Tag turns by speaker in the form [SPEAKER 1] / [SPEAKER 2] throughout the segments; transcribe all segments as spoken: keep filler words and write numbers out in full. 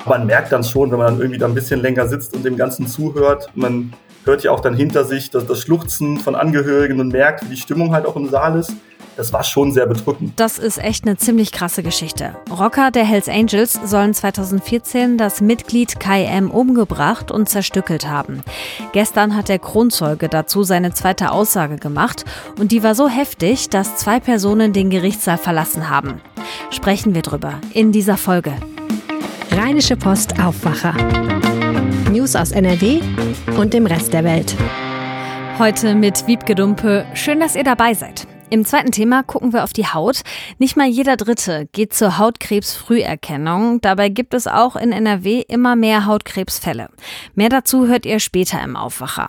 [SPEAKER 1] Man merkt dann schon, wenn man dann irgendwie da ein bisschen länger sitzt und dem Ganzen zuhört, man hört ja auch dann hinter sich das, das Schluchzen von Angehörigen und merkt, wie die Stimmung halt auch im Saal ist. Das war schon sehr bedrückend.
[SPEAKER 2] Das ist echt eine ziemlich krasse Geschichte. Rocker der Hells Angels sollen zweitausendvierzehn das Mitglied Kai M. umgebracht und zerstückelt haben. Gestern hat der Kronzeuge dazu seine zweite Aussage gemacht und die war so heftig, dass zwei Personen den Gerichtssaal verlassen haben. Sprechen wir drüber in dieser Folge.
[SPEAKER 3] Rheinische Post Aufwacher. News aus N R W und dem Rest der Welt.
[SPEAKER 2] Heute mit Wiebke Dumpe. Schön, dass ihr dabei seid. Im zweiten Thema gucken wir auf die Haut. Nicht mal jeder Dritte geht zur Hautkrebsfrüherkennung. Dabei gibt es auch in N R W immer mehr Hautkrebsfälle. Mehr dazu hört ihr später im Aufwacher.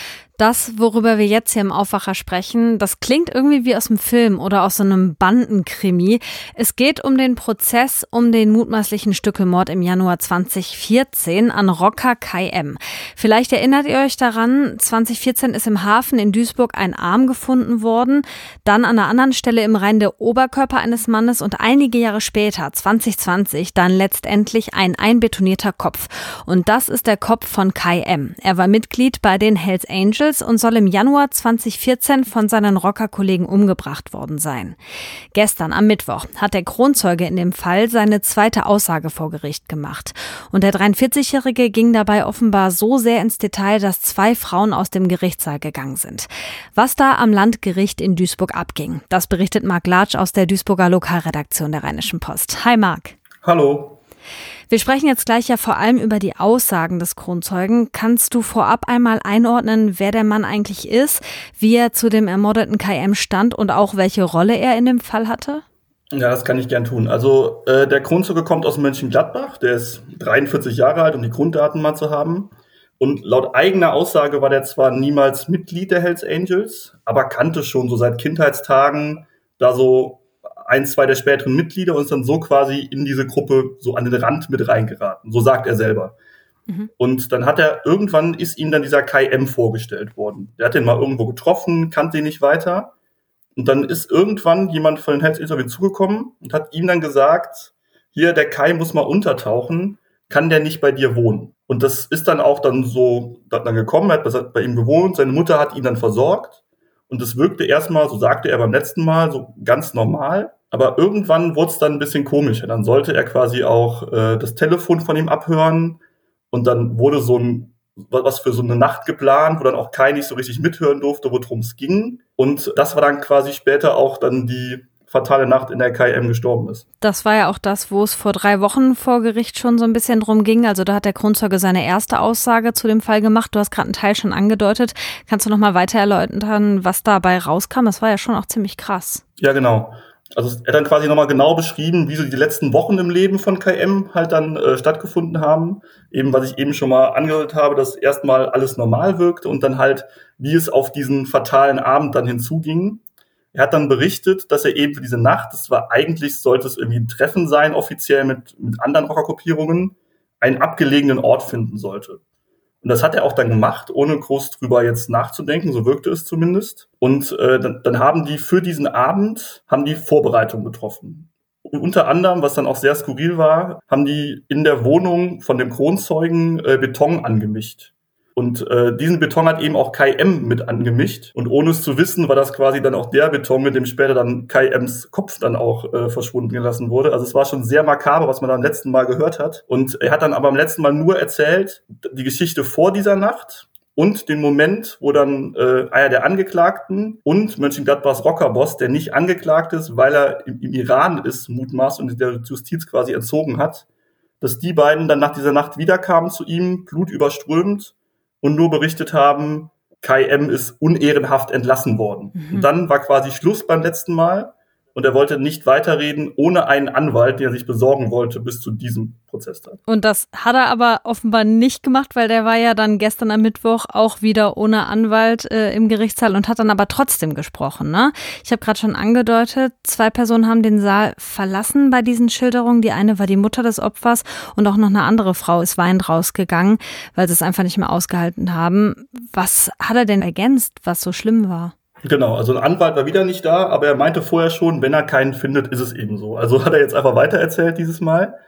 [SPEAKER 2] Das, worüber wir jetzt hier im Aufwacher sprechen, das klingt irgendwie wie aus einem Film oder aus so einem Bandenkrimi. Es geht um den Prozess um den mutmaßlichen Stückelmord im Januar zweitausendvierzehn an Rocker Kai M. Vielleicht erinnert ihr euch daran, zweitausendvierzehn ist im Hafen in Duisburg ein Arm gefunden worden, dann an einer anderen Stelle im Rhein der Oberkörper eines Mannes und einige Jahre später, zwanzig zwanzig, dann letztendlich ein einbetonierter Kopf. Und das ist der Kopf von Kai M. Er war Mitglied bei den Hells Angels und soll im Januar zweitausendvierzehn von seinen Rockerkollegen umgebracht worden sein. Gestern am Mittwoch hat der Kronzeuge in dem Fall seine zweite Aussage vor Gericht gemacht. Und der dreiundvierzigjährige ging dabei offenbar so sehr ins Detail, dass zwei Frauen aus dem Gerichtssaal gegangen sind. Was da am Landgericht in Duisburg abging, das berichtet Marc Latsch aus der Duisburger Lokalredaktion der Rheinischen Post. Hi Marc.
[SPEAKER 1] Hallo.
[SPEAKER 2] Wir sprechen jetzt gleich ja vor allem über die Aussagen des Kronzeugen. Kannst du vorab einmal einordnen, wer der Mann eigentlich ist, wie er zu dem ermordeten Kai M. stand und auch welche Rolle er in dem Fall hatte?
[SPEAKER 1] Ja, das kann ich gern tun. Also äh, der Kronzeuge kommt aus Mönchengladbach, der ist dreiundvierzig Jahre alt, um die Grunddaten mal zu haben. Und laut eigener Aussage war der zwar niemals Mitglied der Hells Angels, aber kannte schon so seit Kindheitstagen da so ein, zwei der späteren Mitglieder und ist dann so quasi in diese Gruppe so an den Rand mit reingeraten. So sagt er selber. Mhm. Und dann hat er, irgendwann ist ihm dann dieser Kai M. vorgestellt worden. Der hat den mal irgendwo getroffen, kannte ihn nicht weiter. Und dann ist irgendwann jemand von den Hells Angels auf ihn zugekommen und hat ihm dann gesagt, hier, der Kai muss mal untertauchen, kann der nicht bei dir wohnen? Und das ist dann auch dann so dann gekommen, er hat bei ihm gewohnt, seine Mutter hat ihn dann versorgt. Und es wirkte erstmal, so sagte er beim letzten Mal, so ganz normal. Aber irgendwann wurde es dann ein bisschen komischer. Dann sollte er quasi auch äh, das Telefon von ihm abhören. Und dann wurde so ein, was für so eine Nacht geplant, wo dann auch Kai nicht so richtig mithören durfte, worum es ging. Und das war dann quasi später auch dann die fatale Nacht, in der Kai M. gestorben ist.
[SPEAKER 2] Das war ja auch das, wo es vor drei Wochen vor Gericht schon so ein bisschen drum ging. Also da hat der Kronzeuge seine erste Aussage zu dem Fall gemacht. Du hast gerade einen Teil schon angedeutet. Kannst du noch mal weiter erläutern, was dabei rauskam? Das war ja schon auch ziemlich krass.
[SPEAKER 1] Ja, genau. Also er hat dann quasi nochmal genau beschrieben, wie so die letzten Wochen im Leben von Kai M. halt dann äh, stattgefunden haben. Eben, was ich eben schon mal angedeutet habe, dass erstmal alles normal wirkte und dann halt, wie es auf diesen fatalen Abend dann hinzuging. Er hat dann berichtet, dass er eben für diese Nacht, das war eigentlich, sollte es irgendwie ein Treffen sein, offiziell mit, mit anderen Rockergruppierungen, einen abgelegenen Ort finden sollte. Und das hat er auch dann gemacht, ohne groß drüber jetzt nachzudenken, so wirkte es zumindest. Und äh, dann, dann haben die für diesen Abend, haben die Vorbereitungen getroffen. Und unter anderem, was dann auch sehr skurril war, haben die in der Wohnung von dem Kronzeugen äh, Beton angemischt. Und äh, diesen Beton hat eben auch Kai M. mit angemischt. Und ohne es zu wissen, war das quasi dann auch der Beton, mit dem später dann Kai M.s Kopf dann auch äh, verschwunden gelassen wurde. Also es war schon sehr makaber, was man da am letzten Mal gehört hat. Und er hat dann aber am letzten Mal nur erzählt, die Geschichte vor dieser Nacht und den Moment, wo dann äh, einer der Angeklagten und Mönchengladbachs Rockerboss, der nicht angeklagt ist, weil er im, im Iran ist, mutmaßt und der Justiz quasi entzogen hat, dass die beiden dann nach dieser Nacht wiederkamen zu ihm, blutüberströmt, und nur berichtet haben, Kai M. ist unehrenhaft entlassen worden. Mhm. Und dann war quasi Schluss beim letzten Mal und er wollte nicht weiterreden ohne einen Anwalt, den er sich besorgen wollte bis zu diesem Prozess dann.
[SPEAKER 2] Und das hat er aber offenbar nicht gemacht, weil der war ja dann gestern am Mittwoch auch wieder ohne Anwalt äh, im Gerichtssaal und hat dann aber trotzdem gesprochen, ne? Ich habe gerade schon angedeutet, zwei Personen haben den Saal verlassen bei diesen Schilderungen. Die eine war die Mutter des Opfers und auch noch eine andere Frau ist weinend rausgegangen, weil sie es einfach nicht mehr ausgehalten haben. Was hat er denn ergänzt, was so schlimm war?
[SPEAKER 1] Genau, also ein Anwalt war wieder nicht da, aber er meinte vorher schon, wenn er keinen findet, ist es eben so. Also hat er jetzt einfach weitererzählt dieses Mal.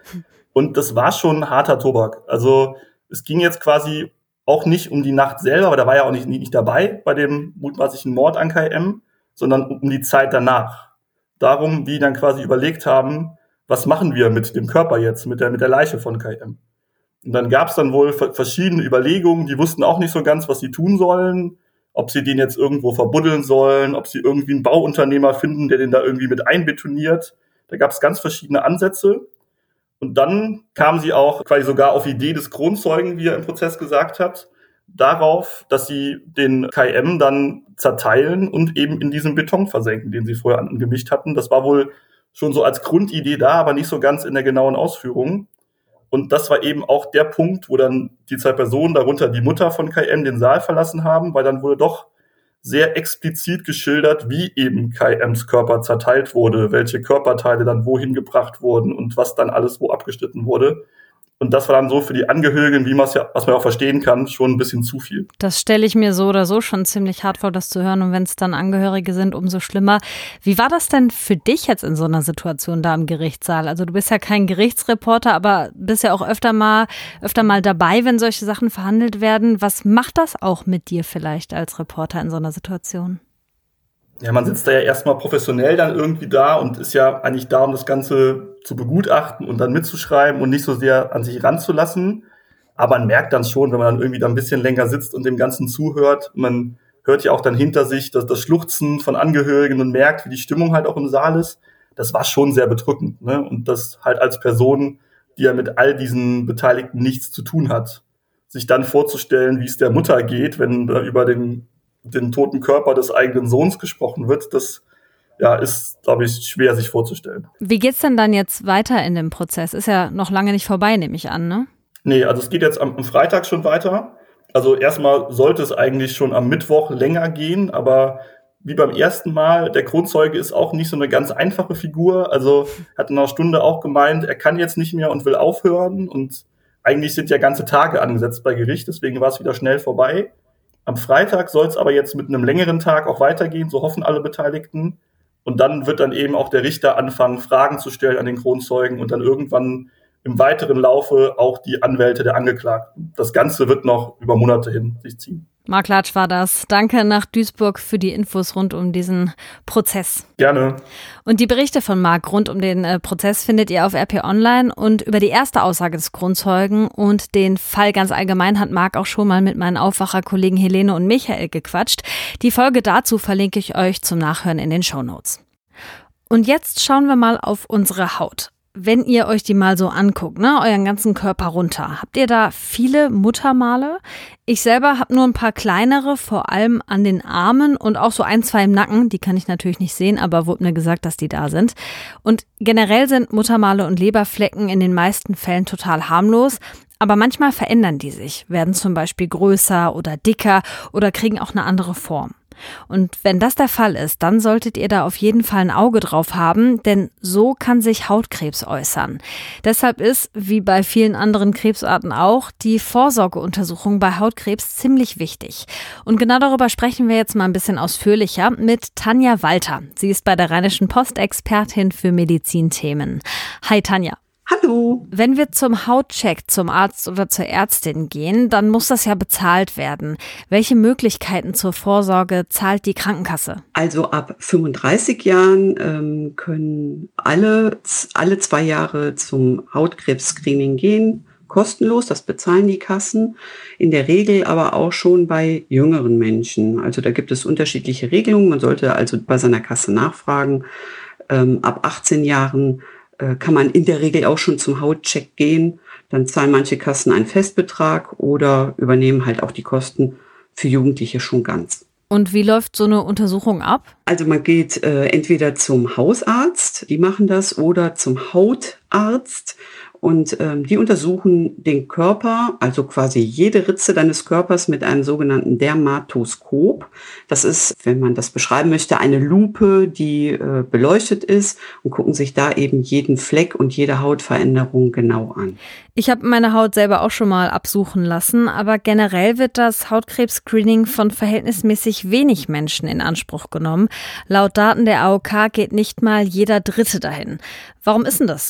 [SPEAKER 1] Und das war schon harter Tobak. Also es ging jetzt quasi auch nicht um die Nacht selber, aber da war ja auch nicht, nicht dabei bei dem mutmaßlichen Mord an K M, sondern um die Zeit danach. Darum, wie dann quasi überlegt haben, was machen wir mit dem Körper jetzt, mit der, mit der Leiche von K M. Und dann gab es dann wohl verschiedene Überlegungen, die wussten auch nicht so ganz, was sie tun sollen, ob sie den jetzt irgendwo verbuddeln sollen, ob sie irgendwie einen Bauunternehmer finden, der den da irgendwie mit einbetoniert. Da gab es ganz verschiedene Ansätze. Und dann kamen sie auch quasi sogar auf Idee des Kronzeugen, wie er im Prozess gesagt hat, darauf, dass sie den K M dann zerteilen und eben in diesen Beton versenken, den sie vorher angemischt hatten. Das war wohl schon so als Grundidee da, aber nicht so ganz in der genauen Ausführung. Und das war eben auch der Punkt, wo dann die zwei Personen, darunter die Mutter von K M, den Saal verlassen haben, weil dann wurde doch sehr explizit geschildert, wie eben K Ms Körper zerteilt wurde, welche Körperteile dann wohin gebracht wurden und was dann alles wo abgeschnitten wurde. Und das war dann so für die Angehörigen, wie man es ja, was man auch verstehen kann, schon ein bisschen zu viel.
[SPEAKER 2] Das stelle ich mir so oder so schon ziemlich hart vor, das zu hören. Und wenn es dann Angehörige sind, umso schlimmer. Wie war das denn für dich jetzt in so einer Situation da im Gerichtssaal? Also du bist ja kein Gerichtsreporter, aber bist ja auch öfter mal, öfter mal dabei, wenn solche Sachen verhandelt werden. Was macht das auch mit dir vielleicht als Reporter in so einer Situation?
[SPEAKER 1] Ja, man sitzt da ja erstmal professionell dann irgendwie da und ist ja eigentlich da, um das Ganze zu begutachten und dann mitzuschreiben und nicht so sehr an sich ranzulassen. Aber man merkt dann schon, wenn man dann irgendwie da ein bisschen länger sitzt und dem Ganzen zuhört, man hört ja auch dann hinter sich das, das Schluchzen von Angehörigen und merkt, wie die Stimmung halt auch im Saal ist. Das war schon sehr bedrückend, ne? Und das halt als Person, die ja mit all diesen Beteiligten nichts zu tun hat, sich dann vorzustellen, wie es der Mutter geht, wenn da über den den toten Körper des eigenen Sohns gesprochen wird, das ja, ist, glaube ich, schwer sich vorzustellen.
[SPEAKER 2] Wie geht's denn dann jetzt weiter in dem Prozess? Ist ja noch lange nicht vorbei, nehme ich an, ne?
[SPEAKER 1] Nee, also es geht jetzt am, am Freitag schon weiter. Also erstmal sollte es eigentlich schon am Mittwoch länger gehen, aber wie beim ersten Mal, der Kronzeuge ist auch nicht so eine ganz einfache Figur. Also hat in einer Stunde auch gemeint, er kann jetzt nicht mehr und will aufhören. Und eigentlich sind ja ganze Tage angesetzt bei Gericht, deswegen war es wieder schnell vorbei. Am Freitag soll es aber jetzt mit einem längeren Tag auch weitergehen, so hoffen alle Beteiligten. Und dann wird dann eben auch der Richter anfangen, Fragen zu stellen an den Kronzeugen und dann irgendwann im weiteren Laufe auch die Anwälte der Angeklagten. Das Ganze wird noch über Monate hin sich ziehen.
[SPEAKER 2] Marc Latsch war das. Danke nach Duisburg für die Infos rund um diesen Prozess.
[SPEAKER 1] Gerne.
[SPEAKER 2] Und die Berichte von Marc rund um den äh, Prozess findet ihr auf R P Online. Und über die erste Aussage des Kronzeugen und den Fall ganz allgemein hat Marc auch schon mal mit meinen Aufwacherkollegen Helene und Michael gequatscht. Die Folge dazu verlinke ich euch zum Nachhören in den Shownotes. Und jetzt schauen wir mal auf unsere Haut. Wenn ihr euch die mal so anguckt, ne, euren ganzen Körper runter, habt ihr da viele Muttermale? Ich selber habe nur ein paar kleinere, vor allem an den Armen und auch so ein, zwei im Nacken. Die kann ich natürlich nicht sehen, aber wurde mir gesagt, dass die da sind. Und generell sind Muttermale und Leberflecken in den meisten Fällen total harmlos. Aber manchmal verändern die sich, werden zum Beispiel größer oder dicker oder kriegen auch eine andere Form. Und wenn das der Fall ist, dann solltet ihr da auf jeden Fall ein Auge drauf haben, denn so kann sich Hautkrebs äußern. Deshalb ist, wie bei vielen anderen Krebsarten auch, die Vorsorgeuntersuchung bei Hautkrebs ziemlich wichtig. Und genau darüber sprechen wir jetzt mal ein bisschen ausführlicher mit Tanja Walter. Sie ist bei der Rheinischen Post Expertin für Medizinthemen. Hi Tanja.
[SPEAKER 4] Hallo.
[SPEAKER 2] Wenn wir zum Hautcheck zum Arzt oder zur Ärztin gehen, dann muss das ja bezahlt werden. Welche Möglichkeiten zur Vorsorge zahlt die Krankenkasse?
[SPEAKER 4] Also ab fünfunddreißig Jahren ähm, können alle, alle zwei Jahre zum Hautkrebs-Screening gehen, kostenlos, das bezahlen die Kassen. In der Regel aber auch schon bei jüngeren Menschen. Also da gibt es unterschiedliche Regelungen. Man sollte also bei seiner Kasse nachfragen. Ähm, ab achtzehn Jahren kann man in der Regel auch schon zum Hautcheck gehen. Dann zahlen manche Kassen einen Festbetrag oder übernehmen halt auch die Kosten für Jugendliche schon ganz.
[SPEAKER 2] Und wie läuft so eine Untersuchung ab?
[SPEAKER 4] Also man geht äh, entweder zum Hausarzt, die machen das, oder zum Hautarzt. Und ähm, die untersuchen den Körper, also quasi jede Ritze deines Körpers mit einem sogenannten Dermatoskop. Das ist, wenn man das beschreiben möchte, eine Lupe, die äh, beleuchtet ist und gucken sich da eben jeden Fleck und jede Hautveränderung genau an.
[SPEAKER 2] Ich habe meine Haut selber auch schon mal absuchen lassen, aber generell wird das Hautkrebs-Screening von verhältnismäßig wenig Menschen in Anspruch genommen. Laut Daten der A O K geht nicht mal jeder Dritte dahin. Warum ist denn das so?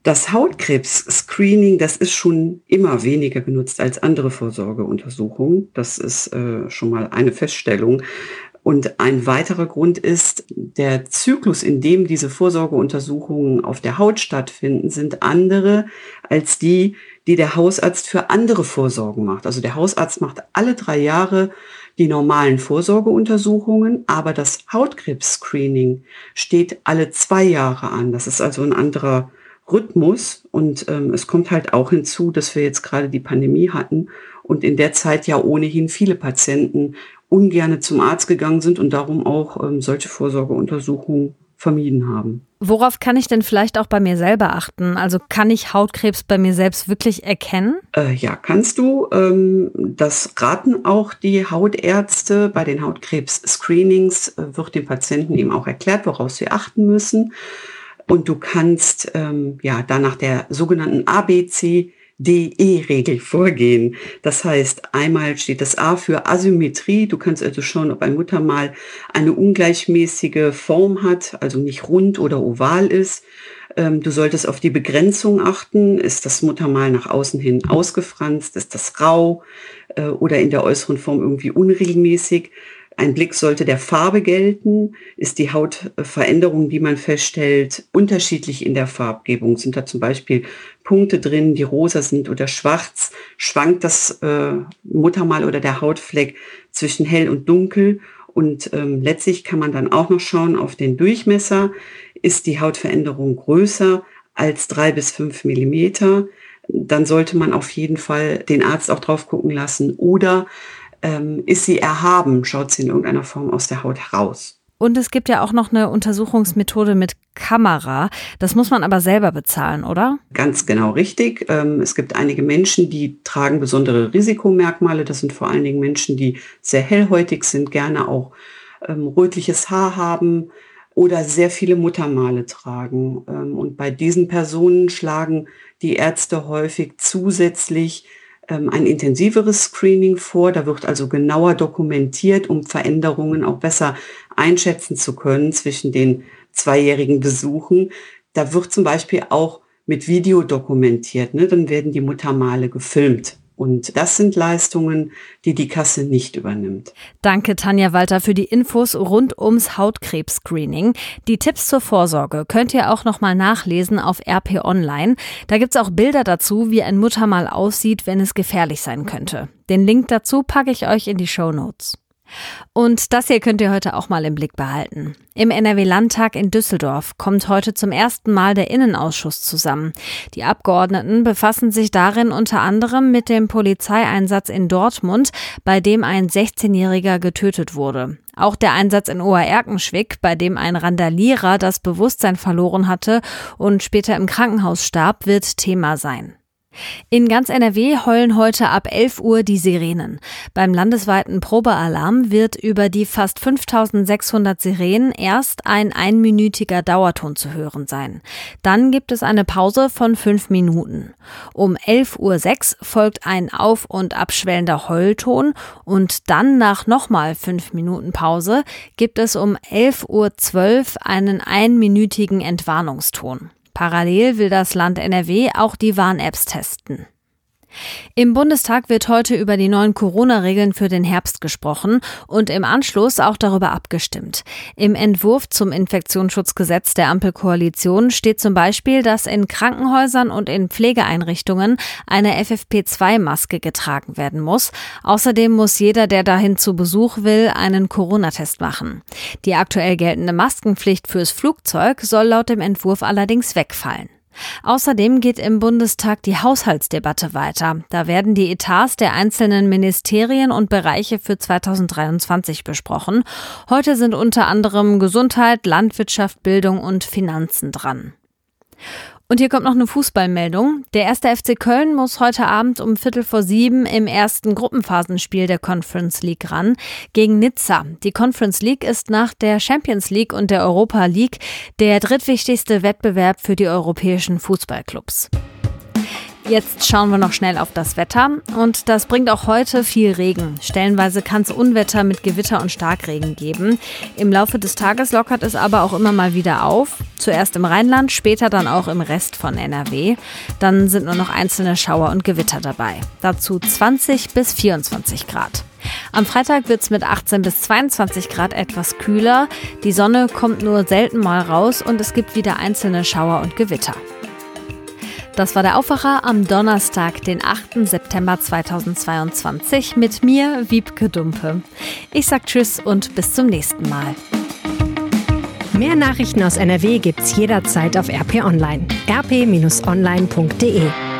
[SPEAKER 4] Das Hautkrebs-Screening, das ist schon immer weniger genutzt als andere Vorsorgeuntersuchungen. Das ist äh, schon mal eine Feststellung. Und ein weiterer Grund ist, der Zyklus, in dem diese Vorsorgeuntersuchungen auf der Haut stattfinden, sind andere als die, die der Hausarzt für andere Vorsorgen macht. Also der Hausarzt macht alle drei Jahre die normalen Vorsorgeuntersuchungen, aber das Hautkrebs-Screening steht alle zwei Jahre an. Das ist also ein anderer Rhythmus und ähm, es kommt halt auch hinzu, dass wir jetzt gerade die Pandemie hatten und in der Zeit ja ohnehin viele Patienten ungerne zum Arzt gegangen sind und darum auch ähm, solche Vorsorgeuntersuchungen vermieden haben.
[SPEAKER 2] Worauf kann ich denn vielleicht auch bei mir selber achten? Also kann ich Hautkrebs bei mir selbst wirklich erkennen?
[SPEAKER 4] Äh, ja, kannst du. Ähm, das raten auch die Hautärzte. Bei den Hautkrebs-Screenings äh, wird den Patienten eben auch erklärt, woraus sie achten müssen. Und du kannst ähm, ja dann nach der sogenannten A B C D E-Regel vorgehen. Das heißt, einmal steht das A für Asymmetrie. Du kannst also schauen, ob ein Muttermal eine ungleichmäßige Form hat, also nicht rund oder oval ist. Ähm, du solltest auf die Begrenzung achten. Ist das Muttermal nach außen hin ausgefranst? Ist das rau äh, oder in der äußeren Form irgendwie unregelmäßig? Ein Blick sollte der Farbe gelten. Ist die Hautveränderung, die man feststellt, unterschiedlich in der Farbgebung? Sind da zum Beispiel Punkte drin, die rosa sind oder schwarz? Schwankt das äh, Muttermal oder der Hautfleck zwischen hell und dunkel? Und ähm, letztlich kann man dann auch noch schauen auf den Durchmesser. Ist die Hautveränderung größer als drei bis fünf Millimeter? Dann sollte man auf jeden Fall den Arzt auch drauf gucken lassen. Oder Ähm, ist sie erhaben, schaut sie in irgendeiner Form aus der Haut heraus.
[SPEAKER 2] Und es gibt ja auch noch eine Untersuchungsmethode mit Kamera. Das muss man aber selber bezahlen, oder?
[SPEAKER 4] Ganz genau richtig. Ähm, es gibt einige Menschen, die tragen besondere Risikomerkmale. Das sind vor allen Dingen Menschen, die sehr hellhäutig sind, gerne auch ähm, rötliches Haar haben oder sehr viele Muttermale tragen. Ähm, und bei diesen Personen schlagen die Ärzte häufig zusätzlich ein intensiveres Screening vor. Da wird also genauer dokumentiert, um Veränderungen auch besser einschätzen zu können zwischen den zweijährigen Besuchen. Da wird zum Beispiel auch mit Video dokumentiert, ne? Dann werden die Muttermale gefilmt. Und das sind Leistungen, die die Kasse nicht übernimmt.
[SPEAKER 2] Danke, Tanja Walter, für die Infos rund ums Hautkrebs-Screening. Die Tipps zur Vorsorge könnt ihr auch nochmal nachlesen auf R P Online. Da gibt's auch Bilder dazu, wie ein Muttermal aussieht, wenn es gefährlich sein könnte. Den Link dazu packe ich euch in die Shownotes. Und das hier könnt ihr heute auch mal im Blick behalten. Im N R W-Landtag in Düsseldorf kommt heute zum ersten Mal der Innenausschuss zusammen. Die Abgeordneten befassen sich darin unter anderem mit dem Polizeieinsatz in Dortmund, bei dem ein sechzehnjähriger getötet wurde. Auch der Einsatz in Obererkenschwick, bei dem ein Randalierer das Bewusstsein verloren hatte und später im Krankenhaus starb, wird Thema sein. In ganz N R W heulen heute ab elf Uhr die Sirenen. Beim landesweiten Probealarm wird über die fast fünftausendsechshundert Sirenen erst ein einminütiger Dauerton zu hören sein. Dann gibt es eine Pause von fünf Minuten. Um elf Uhr sechs folgt ein auf- und abschwellender Heulton und dann nach nochmal fünf Minuten Pause gibt es um elf Uhr zwölf einen einminütigen Entwarnungston. Parallel will das Land N R W auch die Warn-Apps testen. Im Bundestag wird heute über die neuen Corona-Regeln für den Herbst gesprochen und im Anschluss auch darüber abgestimmt. Im Entwurf zum Infektionsschutzgesetz der Ampelkoalition steht zum Beispiel, dass in Krankenhäusern und in Pflegeeinrichtungen eine F F P zwei Maske getragen werden muss. Außerdem muss jeder, der dahin zu Besuch will, einen Corona-Test machen. Die aktuell geltende Maskenpflicht fürs Flugzeug soll laut dem Entwurf allerdings wegfallen. Außerdem geht im Bundestag die Haushaltsdebatte weiter. Da werden die Etats der einzelnen Ministerien und Bereiche für zweitausenddreiundzwanzig besprochen. Heute sind unter anderem Gesundheit, Landwirtschaft, Bildung und Finanzen dran. Und hier kommt noch eine Fußballmeldung. Der erste F C Köln muss heute Abend um Viertel vor sieben im ersten Gruppenphasenspiel der Conference League ran gegen Nizza. Die Conference League ist nach der Champions League und der Europa League der drittwichtigste Wettbewerb für die europäischen Fußballclubs. Jetzt schauen wir noch schnell auf das Wetter und das bringt auch heute viel Regen. Stellenweise kann es Unwetter mit Gewitter und Starkregen geben. Im Laufe des Tages lockert es aber auch immer mal wieder auf. Zuerst im Rheinland, später dann auch im Rest von N R W. Dann sind nur noch einzelne Schauer und Gewitter dabei. Dazu zwanzig bis vierundzwanzig Grad. Am Freitag wird es mit achtzehn bis zweiundzwanzig Grad etwas kühler. Die Sonne kommt nur selten mal raus und es gibt wieder einzelne Schauer und Gewitter. Das war der Aufwacher am Donnerstag, den achten September zweitausendzweiundzwanzig mit mir, Wiebke Dumpe. Ich sag Tschüss und bis zum nächsten Mal.
[SPEAKER 3] Mehr Nachrichten aus N R W gibt's jederzeit auf R P Online. r p Bindestrich online punkt d e